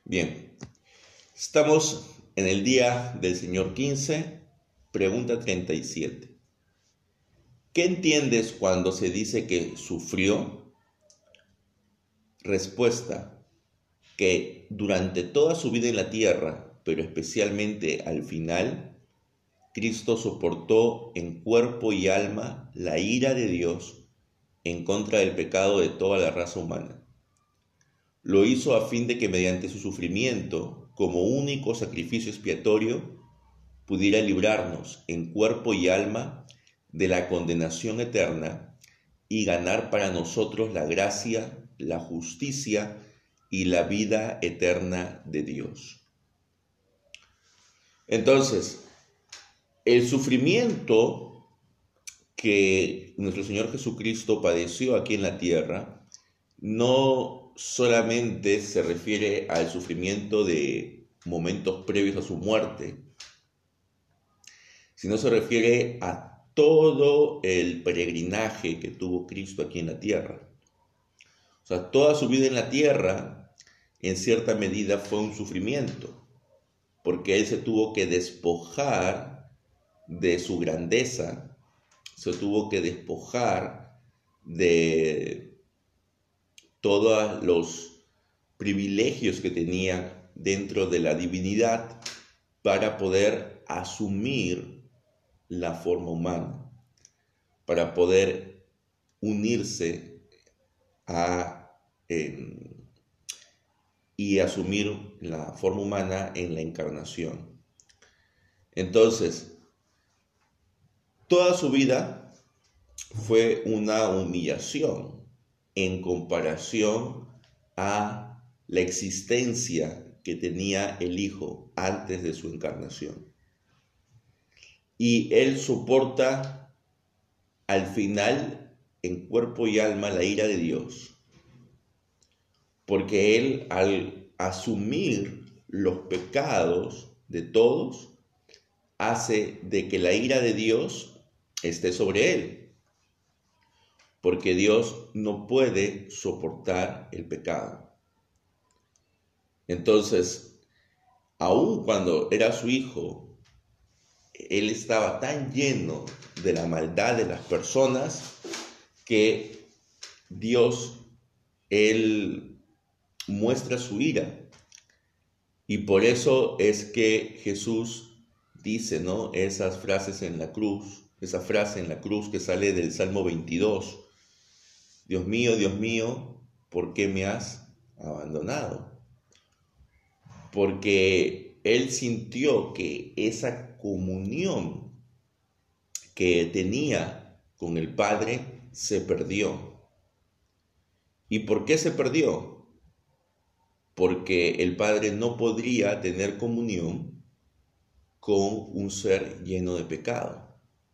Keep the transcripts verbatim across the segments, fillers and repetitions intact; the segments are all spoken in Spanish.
Bien, estamos en el día del Señor quince, pregunta treinta y siete. ¿Qué entiendes cuando se dice que sufrió? Respuesta, que durante toda su vida en la tierra, pero especialmente al final, Cristo soportó en cuerpo y alma la ira de Dios en contra del pecado de toda la raza humana. Lo hizo a fin de que mediante su sufrimiento, como único sacrificio expiatorio, pudiera librarnos en cuerpo y alma de la condenación eterna y ganar para nosotros la gracia, la justicia y la vida eterna de Dios. Entonces, el sufrimiento que nuestro Señor Jesucristo padeció aquí en la tierra no solamente se refiere al sufrimiento de momentos previos a su muerte, sino se refiere a todo el peregrinaje que tuvo Cristo aquí en la tierra. O sea, toda su vida en la tierra, en cierta medida, fue un sufrimiento, porque Él se tuvo que despojar de su grandeza, se tuvo que despojar de todos los privilegios que tenía dentro de la divinidad para poder asumir la forma humana, para poder unirse a, eh, y asumir la forma humana en la encarnación. Entonces, toda su vida fue una humillación en comparación a la existencia que tenía el Hijo antes de su encarnación. Y Él soporta al final en cuerpo y alma la ira de Dios, porque Él, al asumir los pecados de todos, hace de que la ira de Dios esté sobre Él, porque Dios no puede soportar el pecado. Entonces, aun cuando era su hijo, Él estaba tan lleno de la maldad de las personas que Dios, Él muestra su ira. Y por eso es que Jesús dice, ¿no?, esas frases en la cruz, esa frase en la cruz que sale del Salmo veintidós. Dios mío, Dios mío, ¿por qué me has abandonado? Porque Él sintió que esa comunión que tenía con el Padre se perdió. ¿Y por qué se perdió? Porque el Padre no podría tener comunión con un ser lleno de pecado.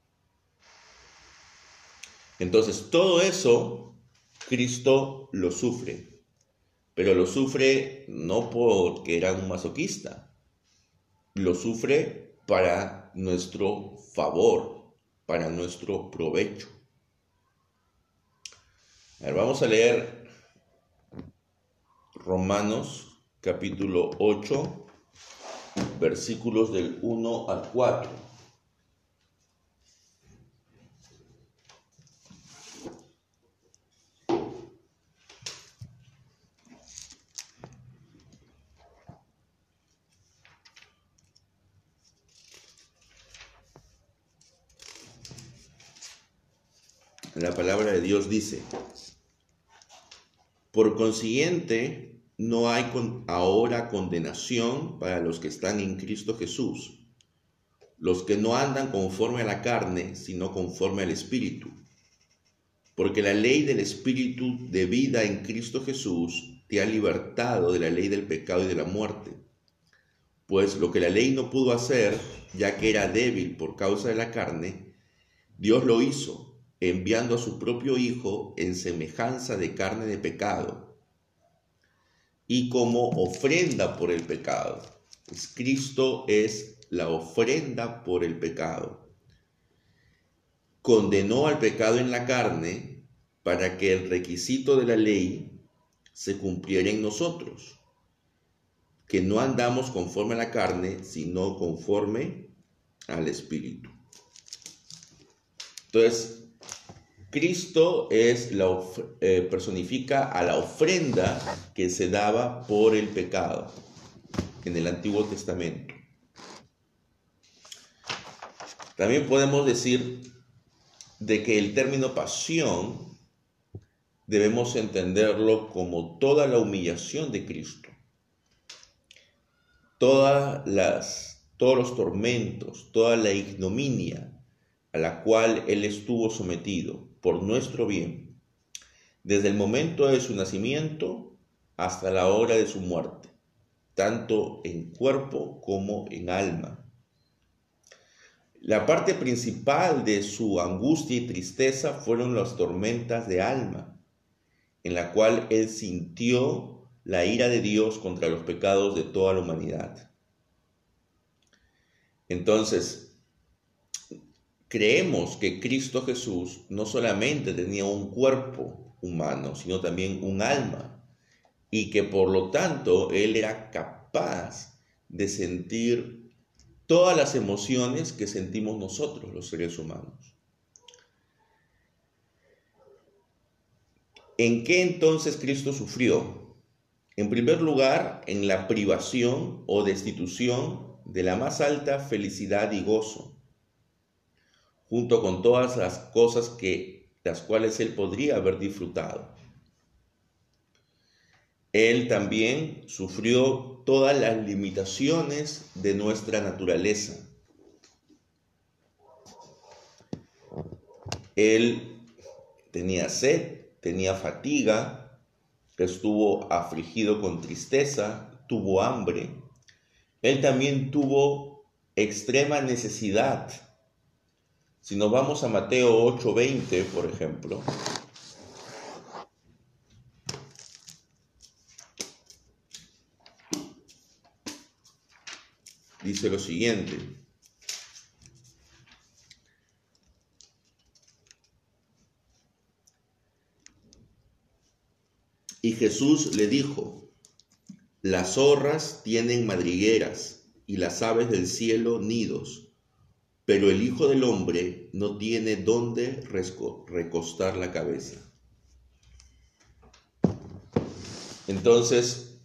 Entonces, todo eso Cristo lo sufre, pero lo sufre no porque era un masoquista, lo sufre para nuestro favor, para nuestro provecho. A ver, vamos a leer Romanos capítulo ocho, versículos del uno al cuatro. La palabra de Dios dice: por consiguiente, no hay con ahora condenación para los que están en Cristo Jesús, los que no andan conforme a la carne, sino conforme al Espíritu. Porque la ley del Espíritu de vida en Cristo Jesús te ha libertado de la ley del pecado y de la muerte. Pues lo que la ley no pudo hacer, ya que era débil por causa de la carne, Dios lo hizo, enviando a su propio Hijo en semejanza de carne de pecado, y como ofrenda por el pecado. Pues Cristo es la ofrenda por el pecado. Condenó al pecado en la carne para que el requisito de la ley se cumpliera en nosotros, que no andamos conforme a la carne, sino conforme al Espíritu. Entonces, Cristo es la, eh, personifica a la ofrenda que se daba por el pecado en el Antiguo Testamento. También podemos decir de que el término pasión debemos entenderlo como toda la humillación de Cristo, todas las, todos los tormentos, toda la ignominia a la cual Él estuvo sometido por nuestro bien, desde el momento de su nacimiento hasta la hora de su muerte, tanto en cuerpo como en alma. La parte principal de su angustia y tristeza fueron las tormentas de alma, en la cual Él sintió la ira de Dios contra los pecados de toda la humanidad. Entonces, creemos que Cristo Jesús no solamente tenía un cuerpo humano, sino también un alma, y que por lo tanto Él era capaz de sentir todas las emociones que sentimos nosotros, los seres humanos. ¿En qué entonces Cristo sufrió? En primer lugar, en la privación o destitución de la más alta felicidad y gozo, junto con todas las cosas que, las cuales Él podría haber disfrutado. Él también sufrió todas las limitaciones de nuestra naturaleza. Él tenía sed, tenía fatiga, estuvo afligido con tristeza, tuvo hambre. Él también tuvo extrema necesidad. Si nos vamos a Mateo ocho veinte, por ejemplo, dice lo siguiente: y Jesús le dijo: las zorras tienen madrigueras y las aves del cielo nidos, pero el Hijo del Hombre no tiene dónde recostar la cabeza. Entonces,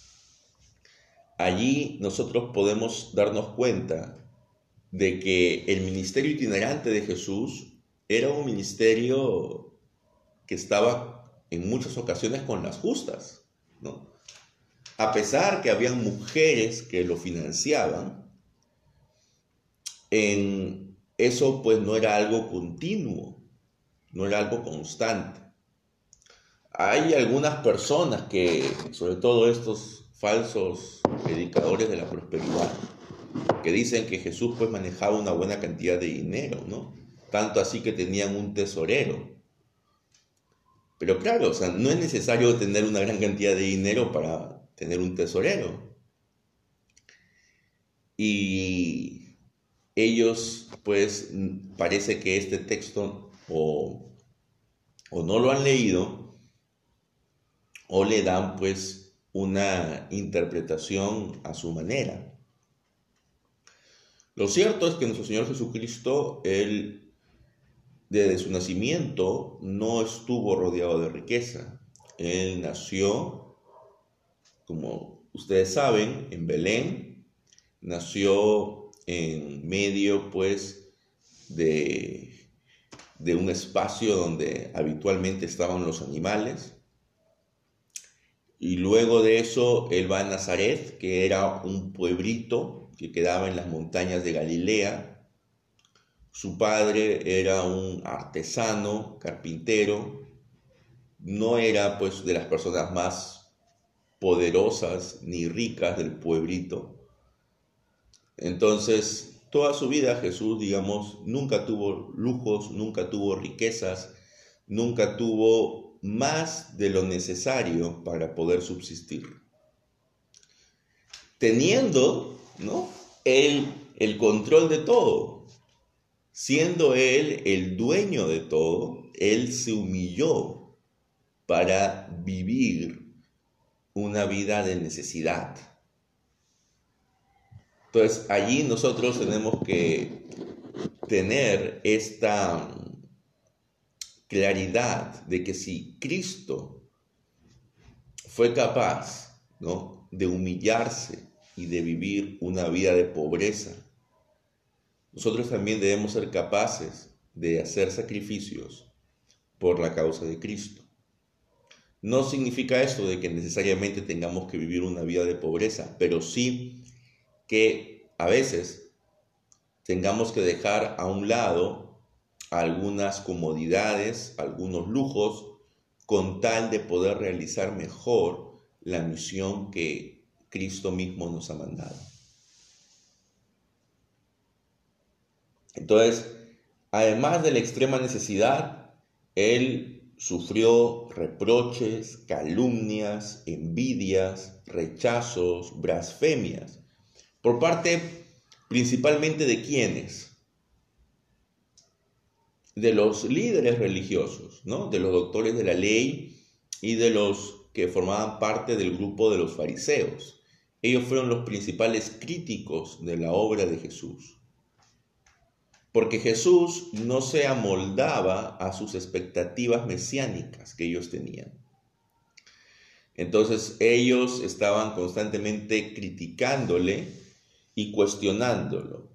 allí nosotros podemos darnos cuenta de que el ministerio itinerante de Jesús era un ministerio que estaba en muchas ocasiones con las justas, ¿no? A pesar que habían mujeres que lo financiaban, en eso pues no era algo continuo, no era algo constante. Hay algunas personas que, sobre todo estos falsos predicadores de la prosperidad, que dicen que Jesús pues manejaba una buena cantidad de dinero, ¿no? Tanto así que tenían un tesorero. Pero claro, o sea, no es necesario tener una gran cantidad de dinero para tener un tesorero. Y ellos, pues, parece que este texto o, o no lo han leído, o le dan, pues, una interpretación a su manera. Lo cierto es que nuestro Señor Jesucristo, Él, desde su nacimiento, no estuvo rodeado de riqueza. Él nació, como ustedes saben, en Belén. Nació en medio, pues, de, de un espacio donde habitualmente estaban los animales. Y luego de eso, él va a Nazaret, que era un pueblito que quedaba en las montañas de Galilea. Su padre era un artesano, carpintero. No era, pues, de las personas más poderosas ni ricas del pueblito. Entonces, toda su vida Jesús, digamos, nunca tuvo lujos, nunca tuvo riquezas, nunca tuvo más de lo necesario para poder subsistir. Teniendo, ¿no?, él el control de todo, siendo él el dueño de todo, él se humilló para vivir una vida de necesidad. Entonces, allí nosotros tenemos que tener esta claridad de que si Cristo fue capaz, ¿no?, de humillarse y de vivir una vida de pobreza, nosotros también debemos ser capaces de hacer sacrificios por la causa de Cristo. No significa esto de que necesariamente tengamos que vivir una vida de pobreza, pero sí que a veces tengamos que dejar a un lado algunas comodidades, algunos lujos, con tal de poder realizar mejor la misión que Cristo mismo nos ha mandado. Entonces, además de la extrema necesidad, Él sufrió reproches, calumnias, envidias, rechazos, blasfemias, por parte principalmente de ¿quiénes? De los líderes religiosos, ¿no?, de los doctores de la ley y de los que formaban parte del grupo de los fariseos. Ellos fueron los principales críticos de la obra de Jesús, porque Jesús no se amoldaba a sus expectativas mesiánicas que ellos tenían. Entonces ellos estaban constantemente criticándole y cuestionándolo.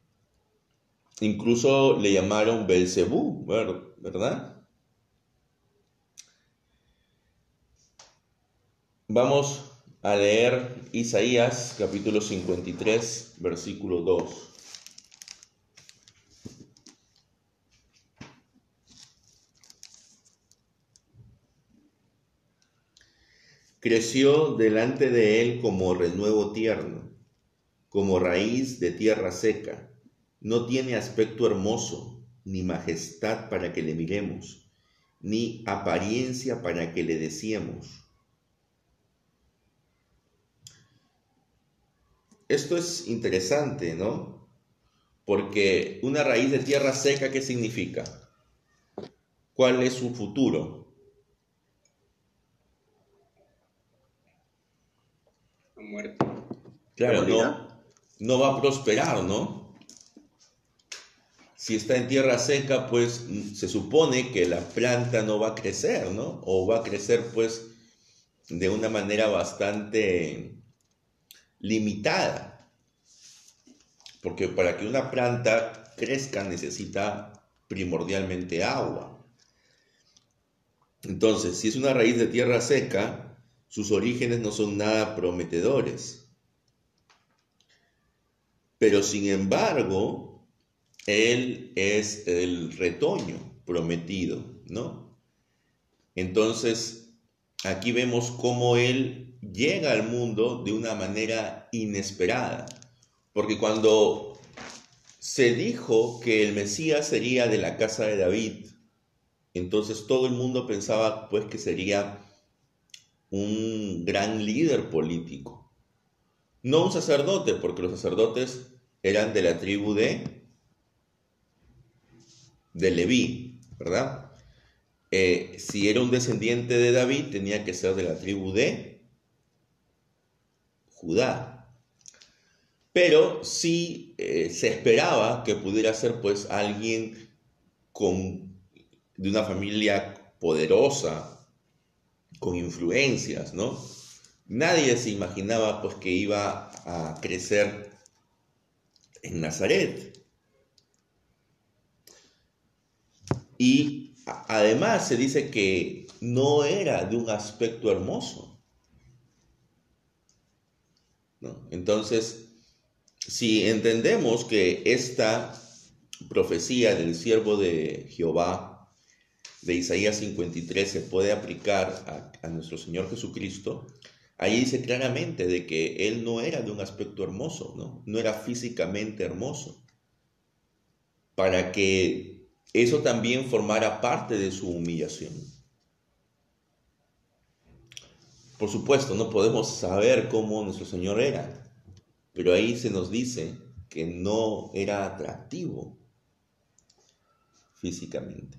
Incluso le llamaron Belcebú, ¿verdad? Vamos a leer Isaías capítulo cincuenta y tres, versículo dos. Creció delante de él como renuevo tierno, como raíz de tierra seca. No tiene aspecto hermoso, ni majestad para que le miremos, ni apariencia para que le deseemos. Esto es interesante, ¿no? Porque una raíz de tierra seca, ¿qué significa? ¿Cuál es su futuro? Muerte. Claro, no, no va a prosperar, ¿no? Si está en tierra seca, pues se supone que la planta no va a crecer, ¿no? O va a crecer, pues, de una manera bastante limitada. Porque para que una planta crezca necesita primordialmente agua. Entonces, si es una raíz de tierra seca, sus orígenes no son nada prometedores. Pero sin embargo, él es el retoño prometido, ¿no? Entonces, aquí vemos cómo él llega al mundo de una manera inesperada. Porque cuando se dijo que el Mesías sería de la casa de David, entonces todo el mundo pensaba pues que sería un gran líder político. No un sacerdote, porque los sacerdotes eran de la tribu de, de Leví, ¿verdad? Eh, si era un descendiente de David, tenía que ser de la tribu de Judá. Pero sí eh, se esperaba que pudiera ser pues alguien con, de una familia poderosa, con influencias, ¿no? Nadie se imaginaba pues que iba a crecer en Nazaret. Y además se dice que no era de un aspecto hermoso, ¿no? Entonces, si entendemos que esta profecía del siervo de Jehová de Isaías cincuenta y tres se puede aplicar a, a nuestro Señor Jesucristo, ahí dice claramente de que Él no era de un aspecto hermoso, ¿no? No era físicamente hermoso, para que eso también formara parte de su humillación. Por supuesto, no podemos saber cómo nuestro Señor era, pero ahí se nos dice que no era atractivo físicamente.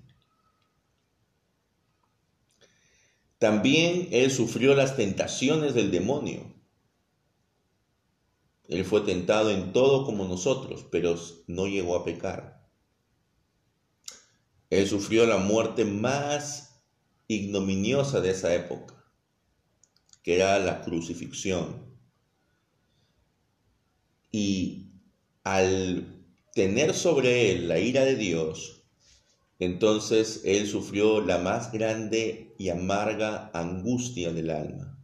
También él sufrió las tentaciones del demonio. Él fue tentado en todo como nosotros, pero no llegó a pecar. Él sufrió la muerte más ignominiosa de esa época, que era la crucifixión. Y al tener sobre él la ira de Dios, entonces él sufrió la más grande y amarga angustia del alma.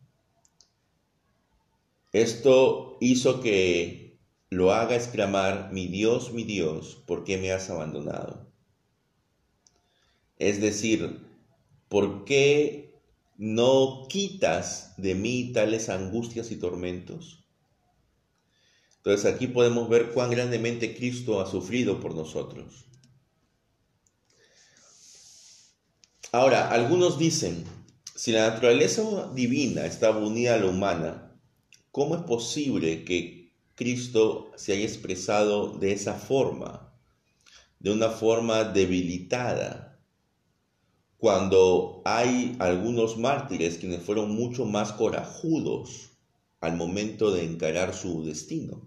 Esto hizo que lo haga exclamar: mi Dios, mi Dios, ¿por qué me has abandonado? Es decir, ¿por qué no quitas de mí tales angustias y tormentos? Entonces aquí podemos ver cuán grandemente Cristo ha sufrido por nosotros. Ahora, algunos dicen, si la naturaleza divina estaba unida a la humana, ¿cómo es posible que Cristo se haya expresado de esa forma, de una forma debilitada, cuando hay algunos mártires quienes fueron mucho más corajudos al momento de encarar su destino?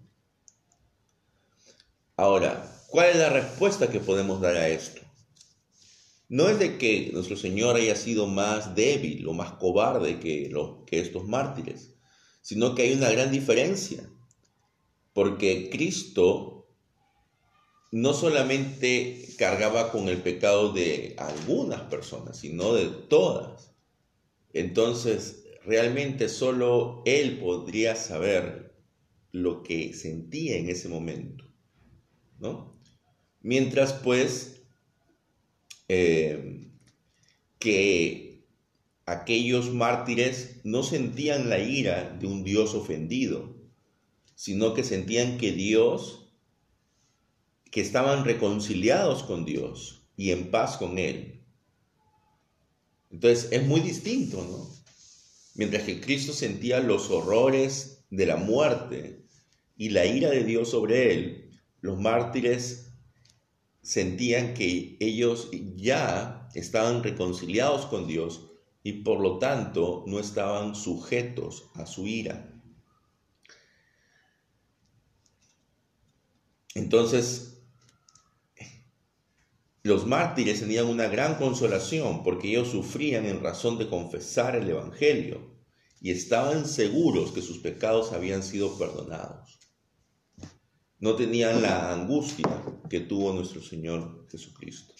Ahora, ¿cuál es la respuesta que podemos dar a esto? No es de que nuestro Señor haya sido más débil o más cobarde que, los, que estos mártires, sino que hay una gran diferencia, porque Cristo no solamente cargaba con el pecado de algunas personas, sino de todas. Entonces, realmente solo Él podría saber lo que sentía en ese momento, ¿no? Mientras pues eh, que aquellos mártires no sentían la ira de un Dios ofendido, sino que sentían que Dios, que estaban reconciliados con Dios y en paz con Él. Entonces es muy distinto, ¿no? Mientras que Cristo sentía los horrores de la muerte y la ira de Dios sobre Él, los mártires sentían que ellos ya estaban reconciliados con Dios y por lo tanto no estaban sujetos a su ira. Entonces, los mártires tenían una gran consolación porque ellos sufrían en razón de confesar el Evangelio y estaban seguros que sus pecados habían sido perdonados. No tenían la angustia que tuvo nuestro Señor Jesucristo.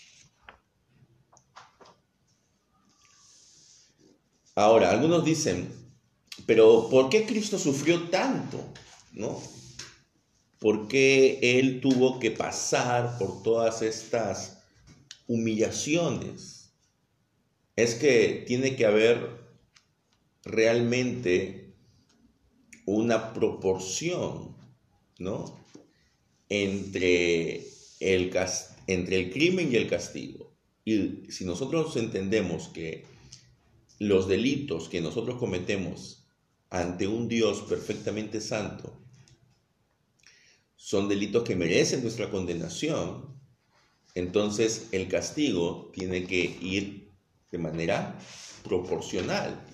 Ahora, algunos dicen, pero ¿por qué Cristo sufrió tanto? ¿No? ¿Por qué Él tuvo que pasar por todas estas humillaciones? Es que tiene que haber realmente una proporción, ¿no?, entre el, entre el crimen y el castigo. Y si nosotros entendemos que los delitos que nosotros cometemos ante un Dios perfectamente santo son delitos que merecen nuestra condenación, entonces el castigo tiene que ir de manera proporcional.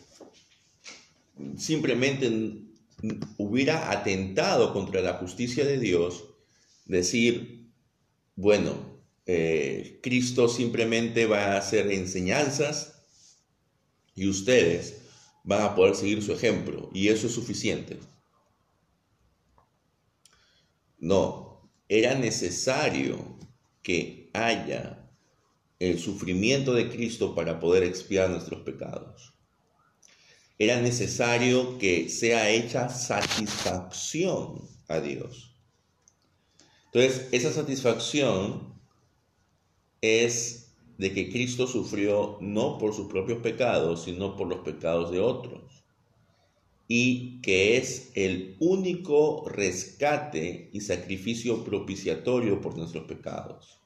Simplemente hubiera atentado contra la justicia de Dios decir, bueno, eh, Cristo simplemente va a hacer enseñanzas y ustedes van a poder seguir su ejemplo y eso es suficiente. No, era necesario que haya el sufrimiento de Cristo para poder expiar nuestros pecados. Era necesario que sea hecha satisfacción a Dios. Entonces, esa satisfacción es de que Cristo sufrió no por sus propios pecados, sino por los pecados de otros. Y que es el único rescate y sacrificio propiciatorio por nuestros pecados.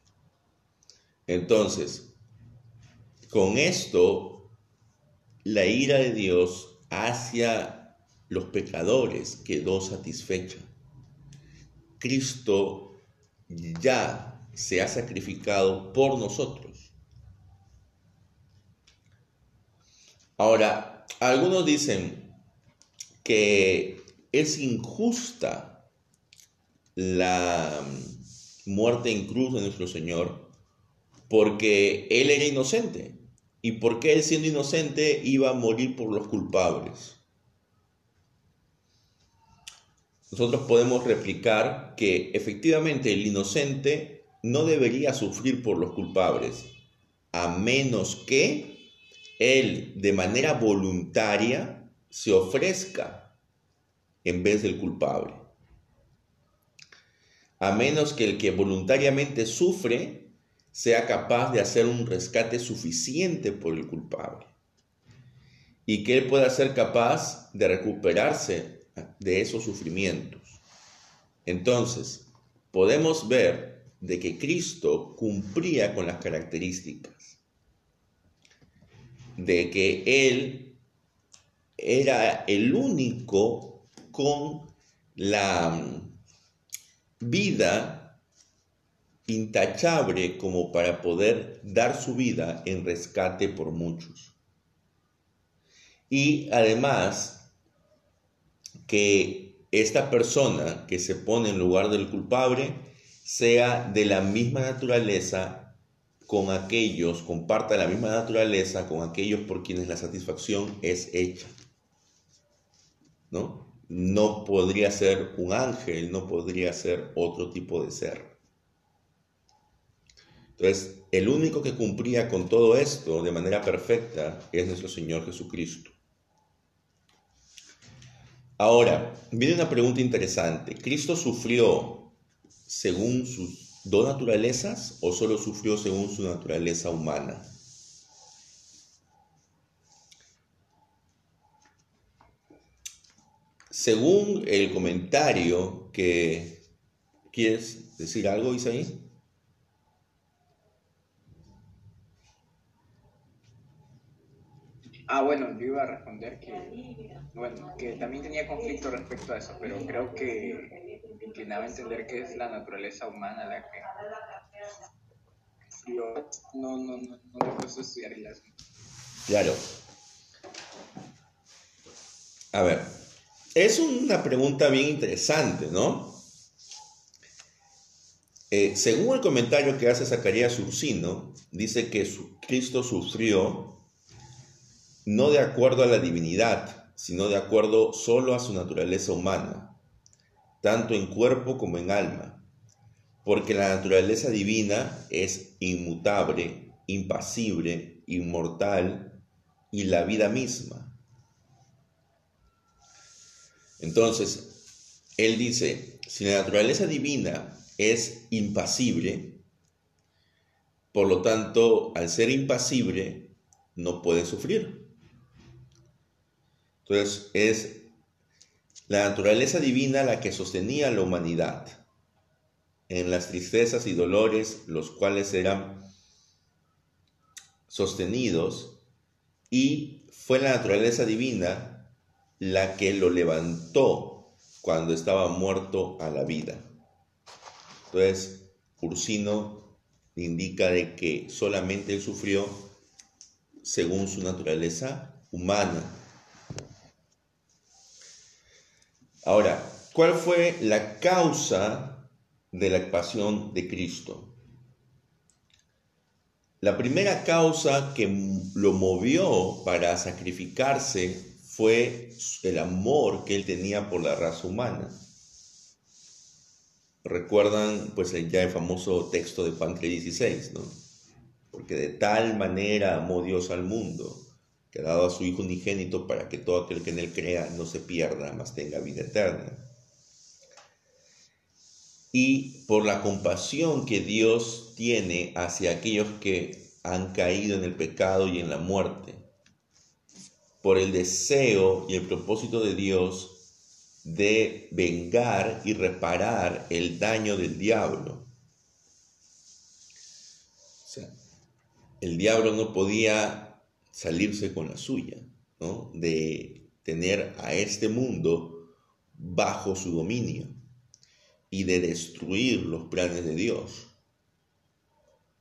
Entonces, con esto, la ira de Dios hacia los pecadores quedó satisfecha. Cristo ya se ha sacrificado por nosotros. Ahora, algunos dicen que es injusta la muerte en cruz de nuestro Señor, porque Él era inocente. ¿Y por qué Él, siendo inocente, iba a morir por los culpables? Nosotros podemos replicar que efectivamente el inocente no debería sufrir por los culpables, a menos que Él de manera voluntaria se ofrezca en vez del culpable. A menos que el que voluntariamente sufre sea capaz de hacer un rescate suficiente por el culpable y que él pueda ser capaz de recuperarse de esos sufrimientos. Entonces, podemos ver de que Cristo cumplía con las características de que Él era el único con la vida intachable como para poder dar su vida en rescate por muchos. Y además que esta persona que se pone en lugar del culpable sea de la misma naturaleza con aquellos, comparta la misma naturaleza con aquellos por quienes la satisfacción es hecha, ¿no? No podría ser un ángel, no podría ser otro tipo de ser. Entonces, el único que cumplía con todo esto de manera perfecta es nuestro Señor Jesucristo. Ahora, viene una pregunta interesante. ¿Cristo sufrió según sus dos naturalezas o solo sufrió según su naturaleza humana? Según el comentario que... ¿Quieres decir algo, Isaí? Ah, bueno, yo iba a responder que, bueno, que también tenía conflicto respecto a eso, pero creo que inclinaba a entender que es la naturaleza humana la que yo no, no, no, no me gusta estudiar el asunto. Claro. A ver, es una pregunta bien interesante, ¿no? Eh, según el comentario que hace Zacarías Ursino, dice que su, Cristo sufrió no de acuerdo a la divinidad, sino de acuerdo solo a su naturaleza humana, tanto en cuerpo como en alma, porque la naturaleza divina es inmutable, impasible, inmortal y la vida misma. Entonces, él dice, si la naturaleza divina es impasible, por lo tanto, al ser impasible, no puede sufrir. Entonces, es la naturaleza divina la que sostenía a la humanidad en las tristezas y dolores, los cuales eran sostenidos, y fue la naturaleza divina la que lo levantó cuando estaba muerto a la vida. Entonces, Ursino indica de que solamente él sufrió según su naturaleza humana. Ahora, ¿cuál fue la causa de la pasión de Cristo? La primera causa que lo movió para sacrificarse fue el amor que él tenía por la raza humana. Recuerdan pues ya el famoso texto de Juan tres dieciséis, ¿no? Porque de tal manera amó Dios al mundo, que ha dado a su Hijo unigénito para que todo aquel que en él crea no se pierda, mas tenga vida eterna. Y por la compasión que Dios tiene hacia aquellos que han caído en el pecado y en la muerte, por el deseo y el propósito de Dios de vengar y reparar el daño del diablo. O sea, el diablo no podía salirse con la suya, ¿no? De tener a este mundo bajo su dominio y de destruir los planes de Dios.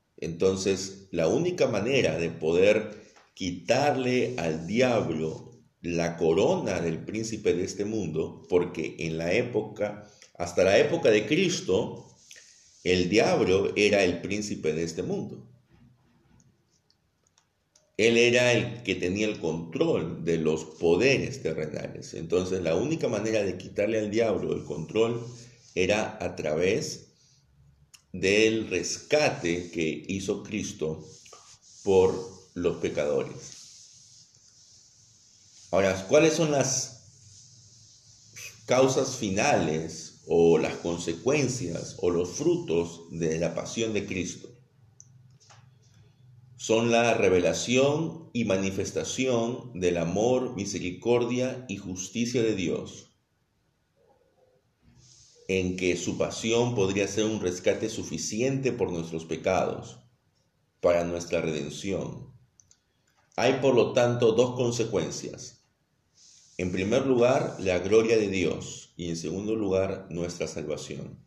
Entonces, la única manera de poder quitarle al diablo la corona del príncipe de este mundo, porque en la época, hasta la época de Cristo, el diablo era el príncipe de este mundo. Él era el que tenía el control de los poderes terrenales. Entonces, la única manera de quitarle al diablo el control era a través del rescate que hizo Cristo por los pecadores. Ahora, ¿cuáles son las causas finales o las consecuencias o los frutos de la pasión de Cristo? Son la revelación y manifestación del amor, misericordia y justicia de Dios, en que su pasión podría ser un rescate suficiente por nuestros pecados, para nuestra redención. Hay, por lo tanto, dos consecuencias. En primer lugar, la gloria de Dios, y en segundo lugar, nuestra salvación.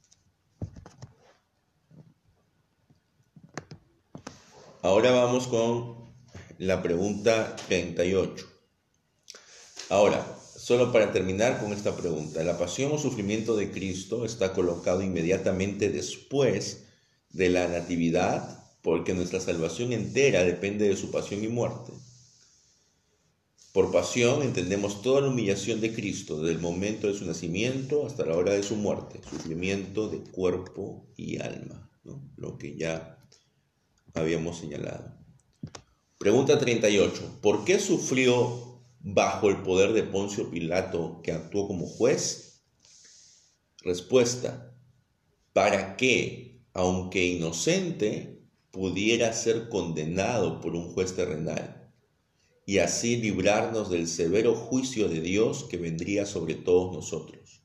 Ahora vamos con la pregunta treinta y ocho. Ahora, solo para terminar con esta pregunta, la pasión o sufrimiento de Cristo está colocado inmediatamente después de la natividad, porque nuestra salvación entera depende de su pasión y muerte. Por pasión entendemos toda la humillación de Cristo, desde el momento de su nacimiento hasta la hora de su muerte, sufrimiento de cuerpo y alma, ¿no? Lo que ya habíamos señalado. Pregunta treinta y ocho. ¿Por qué sufrió bajo el poder de Poncio Pilato, que actuó como juez? Respuesta. Para que, aunque inocente, pudiera ser condenado por un juez terrenal y así librarnos del severo juicio de Dios que vendría sobre todos nosotros.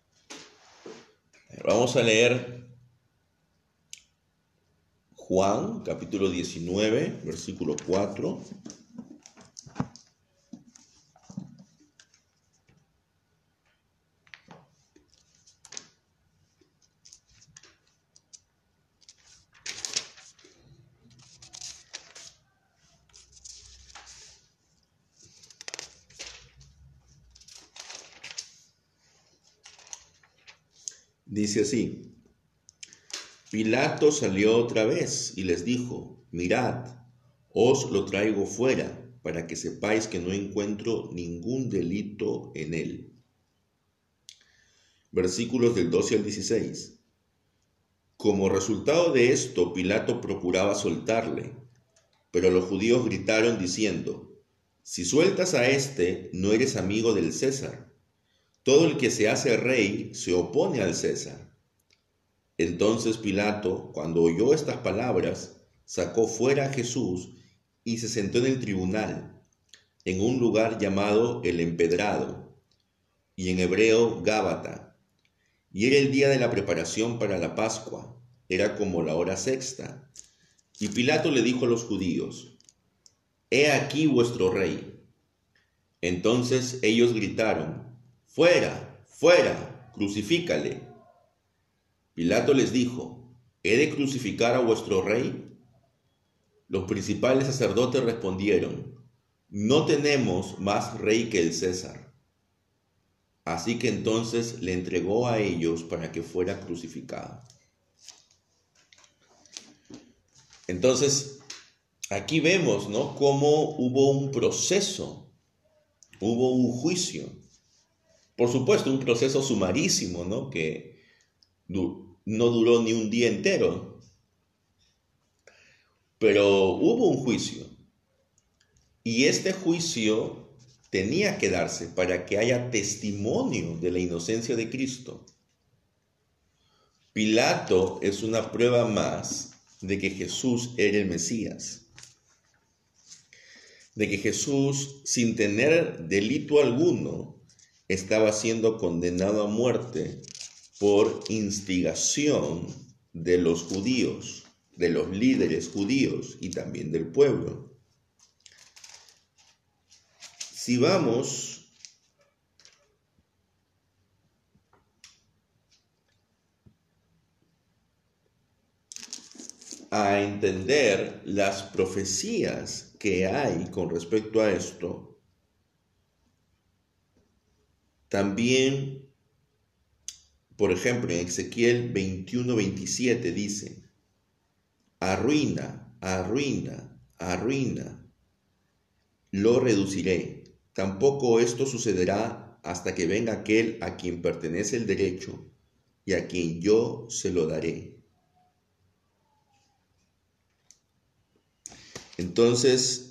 Vamos a leer Juan, capítulo diecinueve, versículo cuatro. Dice así: Pilato salió otra vez y les dijo: mirad, os lo traigo fuera, para que sepáis que no encuentro ningún delito en él. Versículos del doce al dieciséis. Como resultado de esto, Pilato procuraba soltarle, pero los judíos gritaron diciendo: si sueltas a éste, no eres amigo del César. Todo el que se hace rey se opone al César. Entonces Pilato, cuando oyó estas palabras, sacó fuera a Jesús y se sentó en el tribunal, en un lugar llamado el Empedrado, y en hebreo Gábata. Y era el día de la preparación para la Pascua, era como la hora sexta. Y Pilato le dijo a los judíos: he aquí vuestro rey. Entonces ellos gritaron: fuera, fuera, crucifícale. Pilato les dijo: ¿he de crucificar a vuestro rey? Los principales sacerdotes respondieron: no tenemos más rey que el César. Así que entonces le entregó a ellos para que fuera crucificado. Entonces, aquí vemos, ¿no?, cómo hubo un proceso, hubo un juicio. Por supuesto, un proceso sumarísimo, ¿no?, que du- no duró ni un día entero. Pero hubo un juicio. Y este juicio tenía que darse para que haya testimonio de la inocencia de Cristo. Pilato es una prueba más de que Jesús era el Mesías. De que Jesús, sin tener delito alguno, estaba siendo condenado a muerte por instigación de los judíos, de los líderes judíos y también del pueblo. Si vamos a entender las profecías que hay con respecto a esto, También, por ejemplo, en Ezequiel veintiuno veintisiete dice, arruina, arruina, arruina, lo reduciré. Tampoco esto sucederá hasta que venga aquel a quien pertenece el derecho y a quien yo se lo daré. Entonces,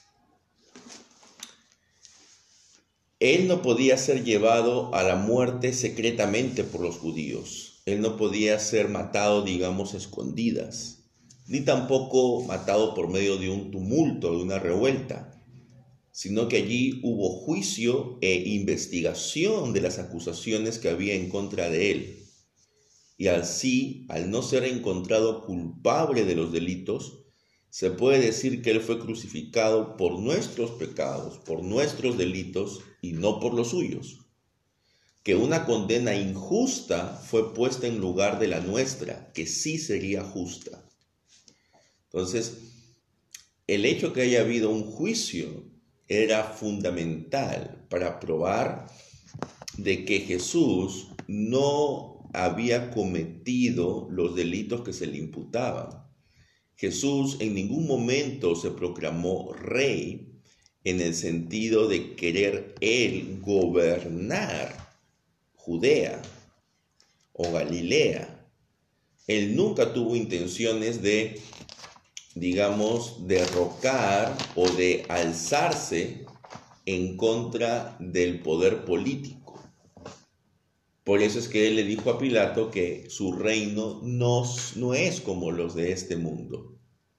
él no podía ser llevado a la muerte secretamente por los judíos. Él no podía ser matado, digamos, a escondidas, ni tampoco matado por medio de un tumulto, de una revuelta, sino que allí hubo juicio e investigación de las acusaciones que había en contra de él. Y así, al no ser encontrado culpable de los delitos, se puede decir que él fue crucificado por nuestros pecados, por nuestros delitos y no por los suyos. Que una condena injusta fue puesta en lugar de la nuestra, que sí sería justa. Entonces, el hecho que haya habido un juicio era fundamental para probar de que Jesús no había cometido los delitos que se le imputaban. Jesús en ningún momento se proclamó rey en el sentido de querer él gobernar Judea o Galilea. Él nunca tuvo intenciones de, digamos, derrocar o de alzarse en contra del poder político. Por eso es que él le dijo a Pilato que su reino no, no es como los de este mundo.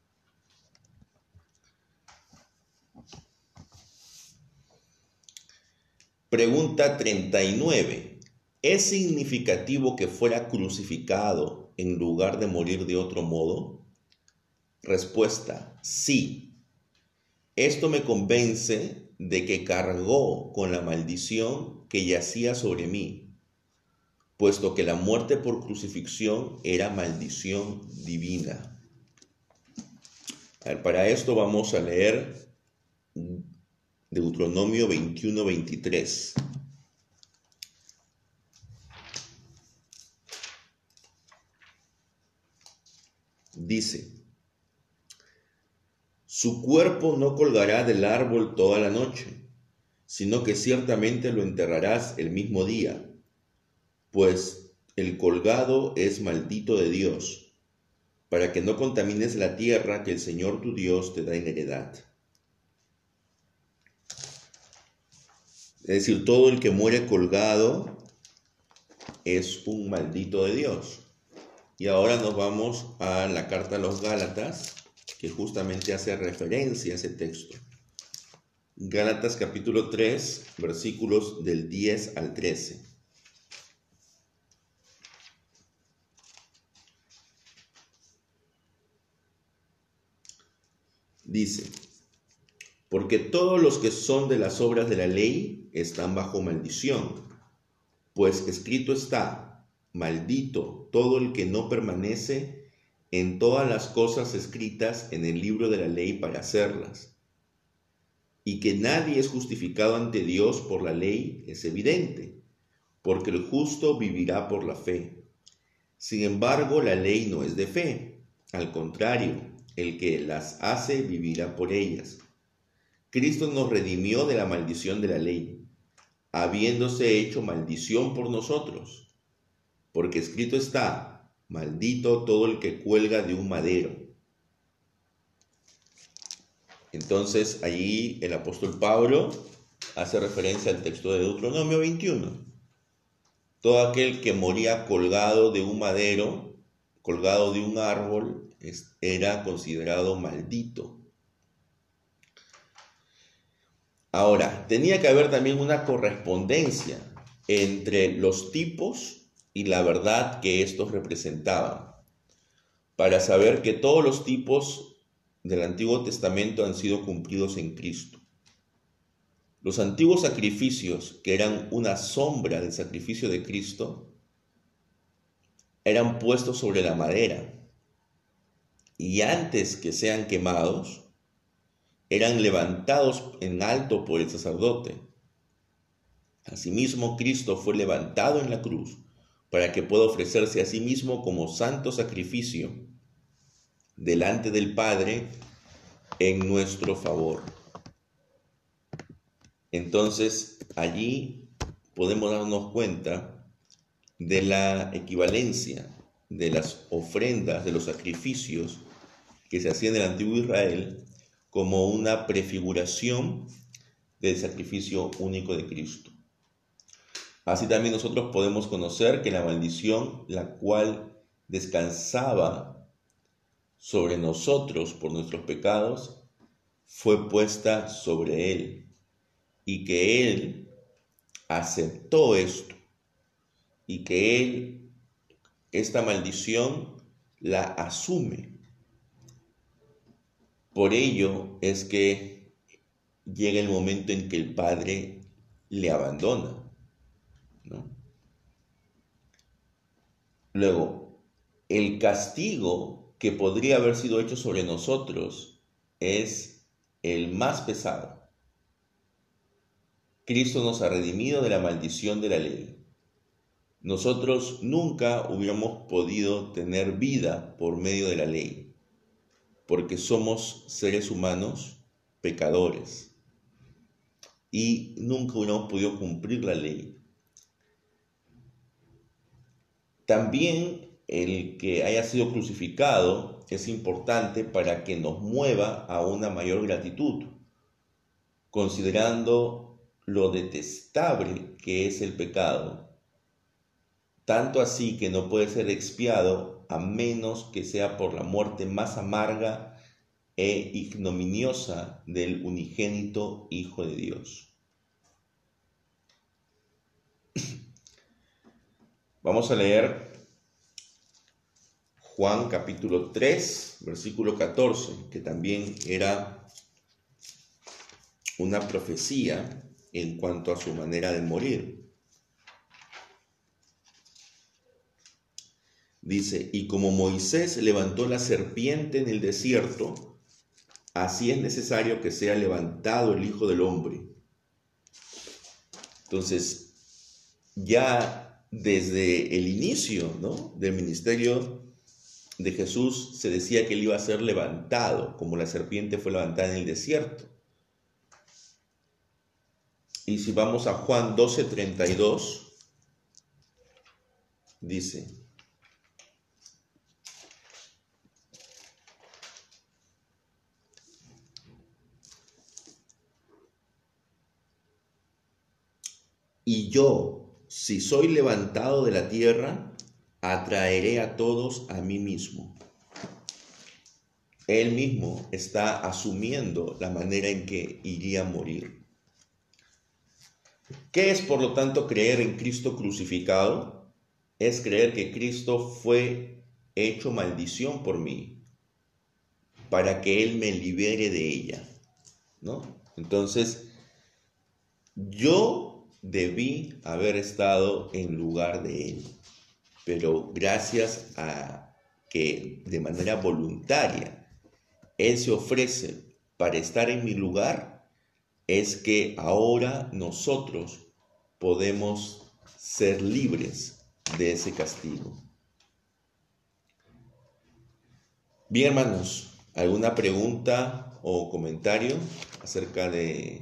Pregunta treinta y nueve. ¿Es significativo que fuera crucificado en lugar de morir de otro modo? Respuesta: sí. Esto me convence de que cargó con la maldición que yacía sobre mí, puesto que la muerte por crucifixión era maldición divina. A ver, para esto vamos a leer Deuteronomio veintiuno veintitrés. Dice: su cuerpo no colgará del árbol toda la noche, sino que ciertamente lo enterrarás el mismo día, pues el colgado es maldito de Dios, para que no contamines la tierra que el Señor tu Dios te da en heredad. Es decir, todo el que muere colgado es un maldito de Dios. Y ahora nos vamos a la carta a los Gálatas, que justamente hace referencia a ese texto. Gálatas capítulo tres, versículos del diez al trece. Dice: porque todos los que son de las obras de la ley están bajo maldición, pues escrito está: maldito todo el que no permanece en todas las cosas escritas en el libro de la ley para hacerlas. Y que nadie es justificado ante Dios por la ley es evidente, porque el justo vivirá por la fe. Sin embargo, la ley no es de fe, al contrario, el que las hace vivirá por ellas. Cristo nos redimió de la maldición de la ley, habiéndose hecho maldición por nosotros, porque escrito está: maldito todo el que cuelga de un madero. Entonces allí el apóstol Pablo hace referencia al texto de Deuteronomio veintiuno. Todo aquel que moría colgado de un madero, colgado de un árbol, era considerado maldito. Ahora, tenía que haber también una correspondencia entre los tipos y la verdad que estos representaban, para saber que todos los tipos del Antiguo Testamento han sido cumplidos en Cristo. Los antiguos sacrificios, que eran una sombra del sacrificio de Cristo, eran puestos sobre la madera, y antes que sean quemados, eran levantados en alto por el sacerdote. Asimismo, Cristo fue levantado en la cruz para que pueda ofrecerse a sí mismo como santo sacrificio delante del Padre en nuestro favor. Entonces, allí podemos darnos cuenta de la equivalencia de las ofrendas, de los sacrificios que se hacían en el antiguo Israel como una prefiguración del sacrificio único de Cristo. Así también nosotros podemos conocer que la maldición, la cual descansaba sobre nosotros por nuestros pecados, fue puesta sobre Él, y que Él aceptó esto, y que Él esta maldición la asume. Por ello es que llega el momento en que el Padre le abandona, ¿no? Luego, el castigo que podría haber sido hecho sobre nosotros es el más pesado. Cristo nos ha redimido de la maldición de la ley. Nosotros nunca hubiéramos podido tener vida por medio de la ley, porque somos seres humanos pecadores y nunca hubiéramos podido cumplir la ley. También el que haya sido crucificado es importante para que nos mueva a una mayor gratitud, considerando lo detestable que es el pecado, tanto así que no puede ser expiado a menos que sea por la muerte más amarga e ignominiosa del unigénito Hijo de Dios. Vamos a leer Juan capítulo tres, versículo catorce, que también era una profecía en cuanto a su manera de morir. Dice, y como Moisés levantó la serpiente en el desierto, así es necesario que sea levantado el Hijo del Hombre. Entonces, ya desde el inicio, ¿no?, del ministerio de Jesús se decía que él iba a ser levantado, como la serpiente fue levantada en el desierto. Y si vamos a Juan doce, treinta y dos, dice, y yo, si soy levantado de la tierra, atraeré a todos a mí mismo. Él mismo está asumiendo la manera en que iría a morir. ¿Qué es, por lo tanto, creer en Cristo crucificado? Es creer que Cristo fue hecho maldición por mí, para que Él me libere de ella, ¿no? Entonces, yo debí haber estado en lugar de Él, pero gracias a que de manera voluntaria Él se ofrece para estar en mi lugar, es que ahora nosotros podemos ser libres de ese castigo. Bien, hermanos, ¿alguna pregunta o comentario acerca de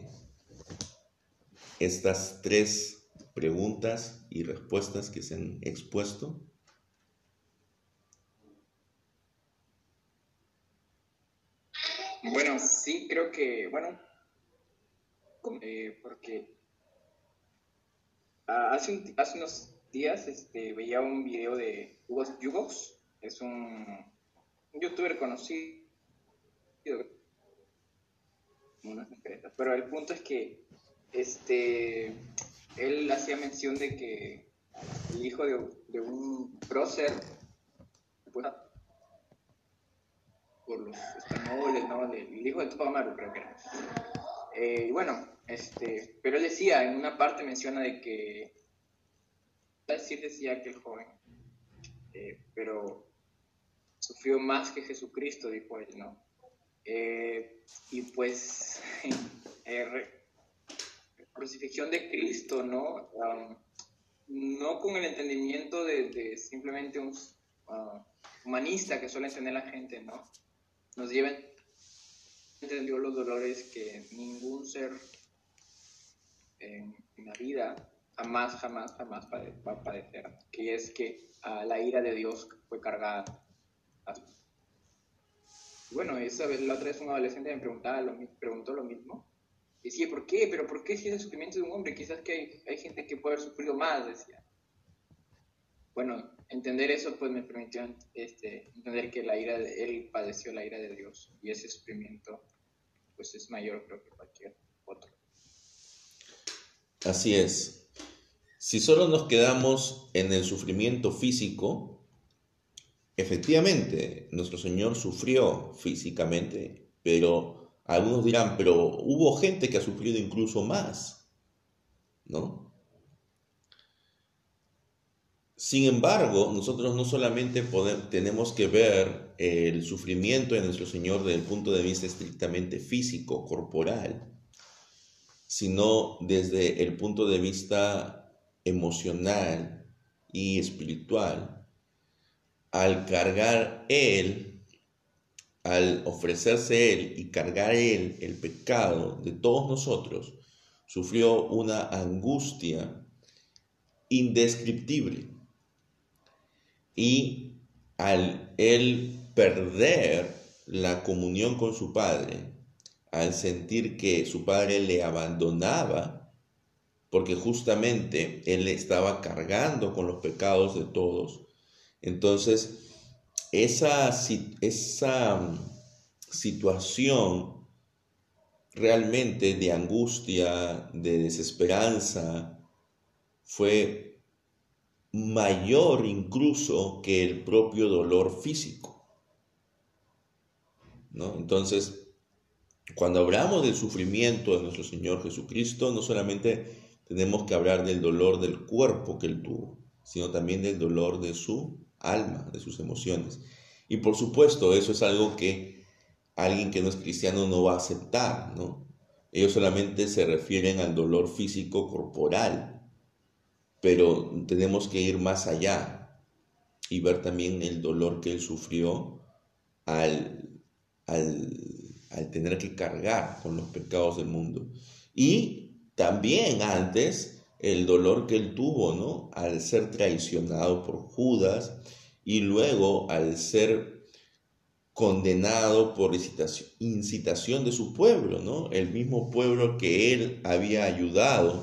estas tres preguntas y respuestas que se han expuesto? Bueno, sí, creo que, bueno, eh, porque uh, hace, un, hace unos días este, veía un video de Hugo Yugox, es un, un youtuber conocido, unas secretas, pero el punto es que este, él hacía mención de que el hijo de, de un prócer, pues, por los españoles, ¿no? El hijo de Tupac Amaru, creo que era. Eh, bueno, este, pero él decía, en una parte menciona de que, sí decía que el joven, eh, pero sufrió más que Jesucristo, dijo él, ¿no? Eh, y pues, eh, re, crucifixión de Cristo, ¿no? Um, no con el entendimiento de, de simplemente un uh, humanista que suele entender la gente, ¿no? Nos lleva a entender los dolores que ningún ser en, en la vida jamás, jamás, jamás va a padecer, que es que uh, la ira de Dios fue cargada. Bueno, esa vez, la otra vez un adolescente me preguntaba lo, preguntó lo mismo. Decía, ¿por qué? ¿Pero por qué si es el sufrimiento de un hombre? Quizás que hay, hay gente que puede haber sufrido más, decía. Bueno, entender eso pues me permitió este, entender que la ira de él padeció la ira de Dios, y ese sufrimiento pues es mayor, creo, que cualquier otro. Así es. Si solo nos quedamos en el sufrimiento físico, efectivamente, nuestro Señor sufrió físicamente, pero algunos dirán, pero hubo gente que ha sufrido incluso más, ¿no? Sin embargo, nosotros no solamente podemos, tenemos que ver el sufrimiento de nuestro Señor desde el punto de vista estrictamente físico, corporal, sino desde el punto de vista emocional y espiritual. Al cargar Él, al ofrecerse Él y cargar Él el pecado de todos nosotros, sufrió una angustia indescriptible. Y al Él perder la comunión con su Padre, al sentir que su Padre le abandonaba, porque justamente Él estaba cargando con los pecados de todos, entonces esa, esa situación realmente de angustia, de desesperanza, fue mayor incluso que el propio dolor físico, ¿no? Entonces, cuando hablamos del sufrimiento de nuestro Señor Jesucristo, no solamente tenemos que hablar del dolor del cuerpo que Él tuvo, sino también del dolor de su alma, de sus emociones. Y por supuesto, eso es algo que alguien que no es cristiano no va a aceptar, ¿no? Ellos solamente se refieren al dolor físico corporal, pero tenemos que ir más allá y ver también el dolor que Él sufrió al, al, al tener que cargar con los pecados del mundo. Y también antes el dolor que Él tuvo, ¿no? Al ser traicionado por Judas y luego al ser condenado por incitación, incitación de su pueblo, ¿no? El mismo pueblo que Él había ayudado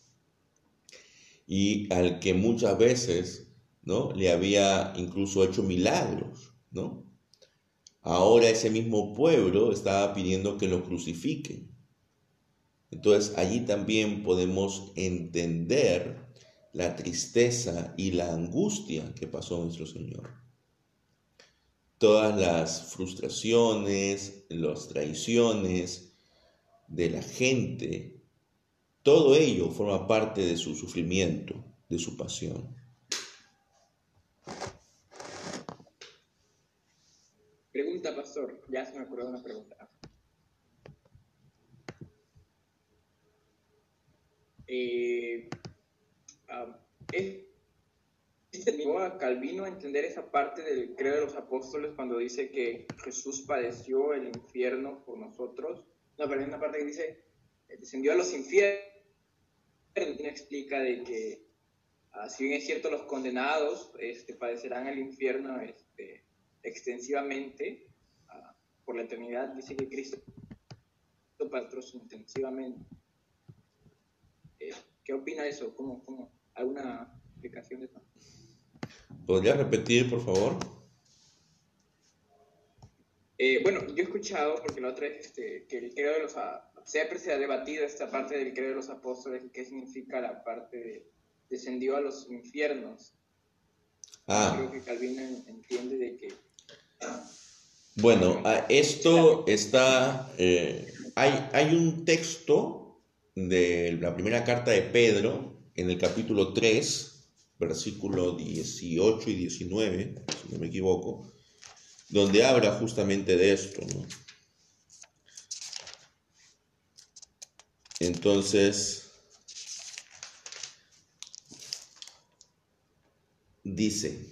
y al que muchas veces, ¿no? Le había incluso hecho milagros, ¿no? Ahora ese mismo pueblo estaba pidiendo que lo crucifiquen. Entonces allí también podemos entender la tristeza y la angustia que pasó nuestro Señor. Todas las frustraciones, las traiciones de la gente, todo ello forma parte de su sufrimiento, de su pasión. Pregunta, pastor, ya se me ocurrió una pregunta. Eh, uh, es, ¿Se llevó a Calvino a entender esa parte del credo de los apóstoles cuando dice que Jesús padeció el infierno por nosotros? No, pero hay una parte que dice, descendió a los infiernos, y explica de que, uh, si bien es cierto, los condenados este, padecerán el infierno este, extensivamente uh, por la eternidad, dice que Cristo padeció intensivamente. Eh, ¿Qué opina de eso? ¿Cómo, cómo? ¿Alguna explicación de eso? ¿Podría repetir, por favor? Eh, bueno, yo he escuchado, porque la otra vez, este, que el credo de los... Siempre se ha debatido esta parte del credo de los apóstoles, qué significa la parte de descendió a los infiernos. Ah. Creo que Calvino entiende de que... Bueno, esto está... Eh, hay, hay un texto de la primera carta de Pedro, en el capítulo tres, versículo dieciocho y diecinueve, si no me equivoco, donde habla justamente de esto, ¿no? Entonces, dice: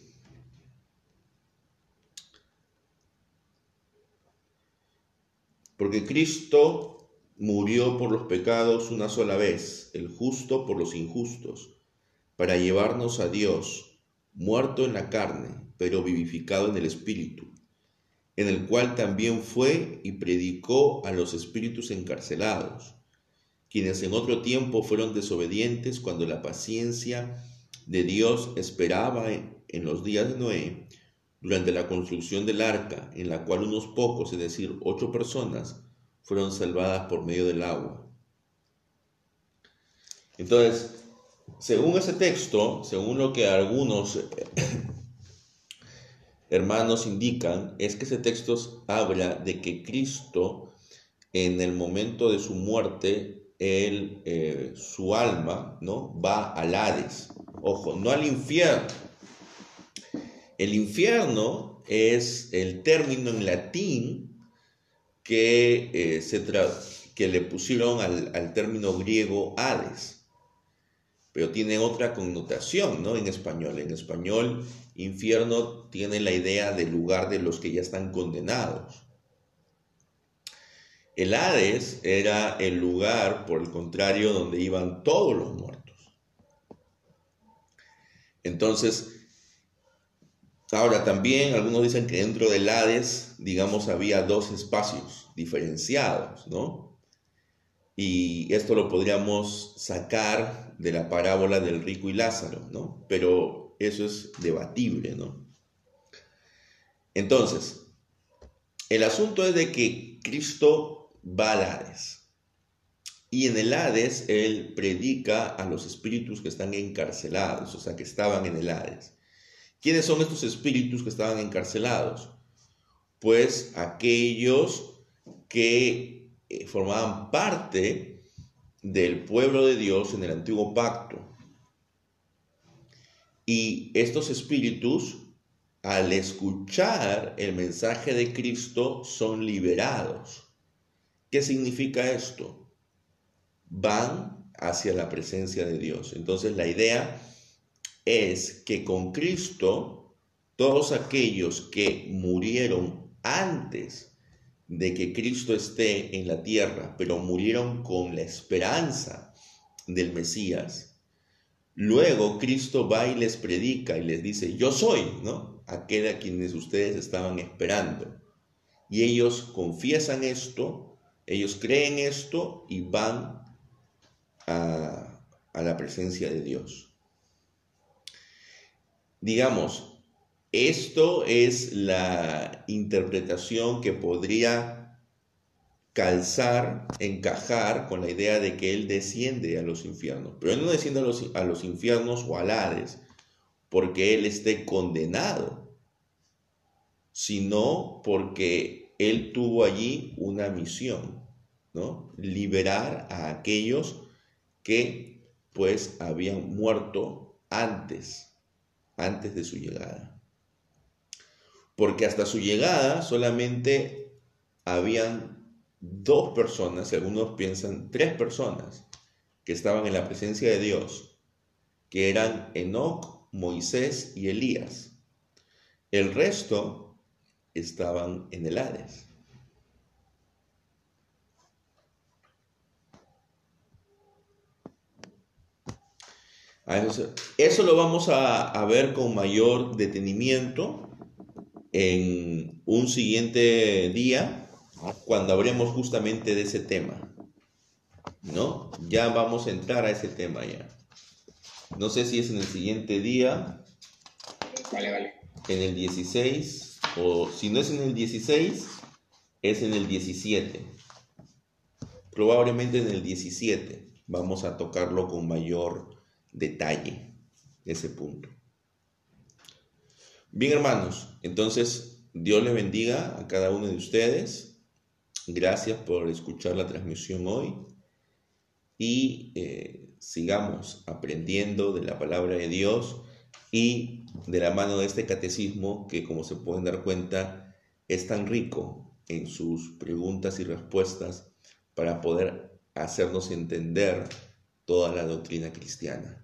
porque Cristo murió por los pecados una sola vez, el justo por los injustos, para llevarnos a Dios, muerto en la carne, pero vivificado en el Espíritu, en el cual también fue y predicó a los espíritus encarcelados, quienes en otro tiempo fueron desobedientes cuando la paciencia de Dios esperaba en los días de Noé, durante la construcción del arca, en la cual unos pocos, es decir, ocho personas, fueron salvadas por medio del agua. Entonces, según ese texto, según lo que algunos hermanos indican, es que ese texto habla de que Cristo, en el momento de su muerte, él, eh, su alma, ¿no?, va al Hades. Ojo, no al infierno. El infierno es el término en latín que, eh, se tra- que le pusieron al, al término griego Hades, pero tiene otra connotación, ¿no?, en español. En español, infierno tiene la idea del lugar de los que ya están condenados. El Hades era el lugar, por el contrario, donde iban todos los muertos. Entonces, ahora también algunos dicen que dentro del Hades, digamos, había dos espacios diferenciados, ¿no? Y esto lo podríamos sacar de la parábola del rico y Lázaro, ¿no? Pero eso es debatible, ¿no? Entonces, el asunto es de que Cristo va al Hades. Y en el Hades Él predica a los espíritus que están encarcelados, o sea, que estaban en el Hades. ¿Quiénes son estos espíritus que estaban encarcelados? Pues aquellos que eh, formaban parte del pueblo de Dios en el antiguo pacto. Y estos espíritus, al escuchar el mensaje de Cristo, son liberados. ¿Qué significa esto? Van hacia la presencia de Dios. Entonces la idea es que con Cristo, todos aquellos que murieron antes de que Cristo esté en la tierra, pero murieron con la esperanza del Mesías, luego Cristo va y les predica y les dice: yo soy, ¿no?, aquel a quienes ustedes estaban esperando. Y ellos confiesan esto, ellos creen esto y van a, a la presencia de Dios. Digamos, esto es la interpretación que podría calzar, encajar con la idea de que Él desciende a los infiernos. Pero Él no desciende a los, a los infiernos o al Hades porque Él esté condenado, sino porque Él tuvo allí una misión, ¿no? Liberar a aquellos que pues habían muerto antes antes de su llegada. Porque hasta su llegada solamente habían dos personas, algunos piensan tres personas, que estaban en la presencia de Dios, que eran Enoc, Moisés y Elías. El resto estaban en el Hades. Eso, eso lo vamos a, a ver con mayor detenimiento en un siguiente día, cuando hablemos justamente de ese tema, ¿no? Ya vamos a entrar a ese tema ya. No sé si es en el siguiente día, Vale, vale. en el dieciséis, o si no es en el dieciséis, es en el diecisiete. Probablemente en el diecisiete vamos a tocarlo con mayor detalle, ese punto. Bien, hermanos, entonces Dios les bendiga a cada uno de ustedes. Gracias por escuchar la transmisión hoy y eh, sigamos aprendiendo de la palabra de Dios y de la mano de este catecismo que, como se pueden dar cuenta, es tan rico en sus preguntas y respuestas para poder hacernos entender toda la doctrina cristiana.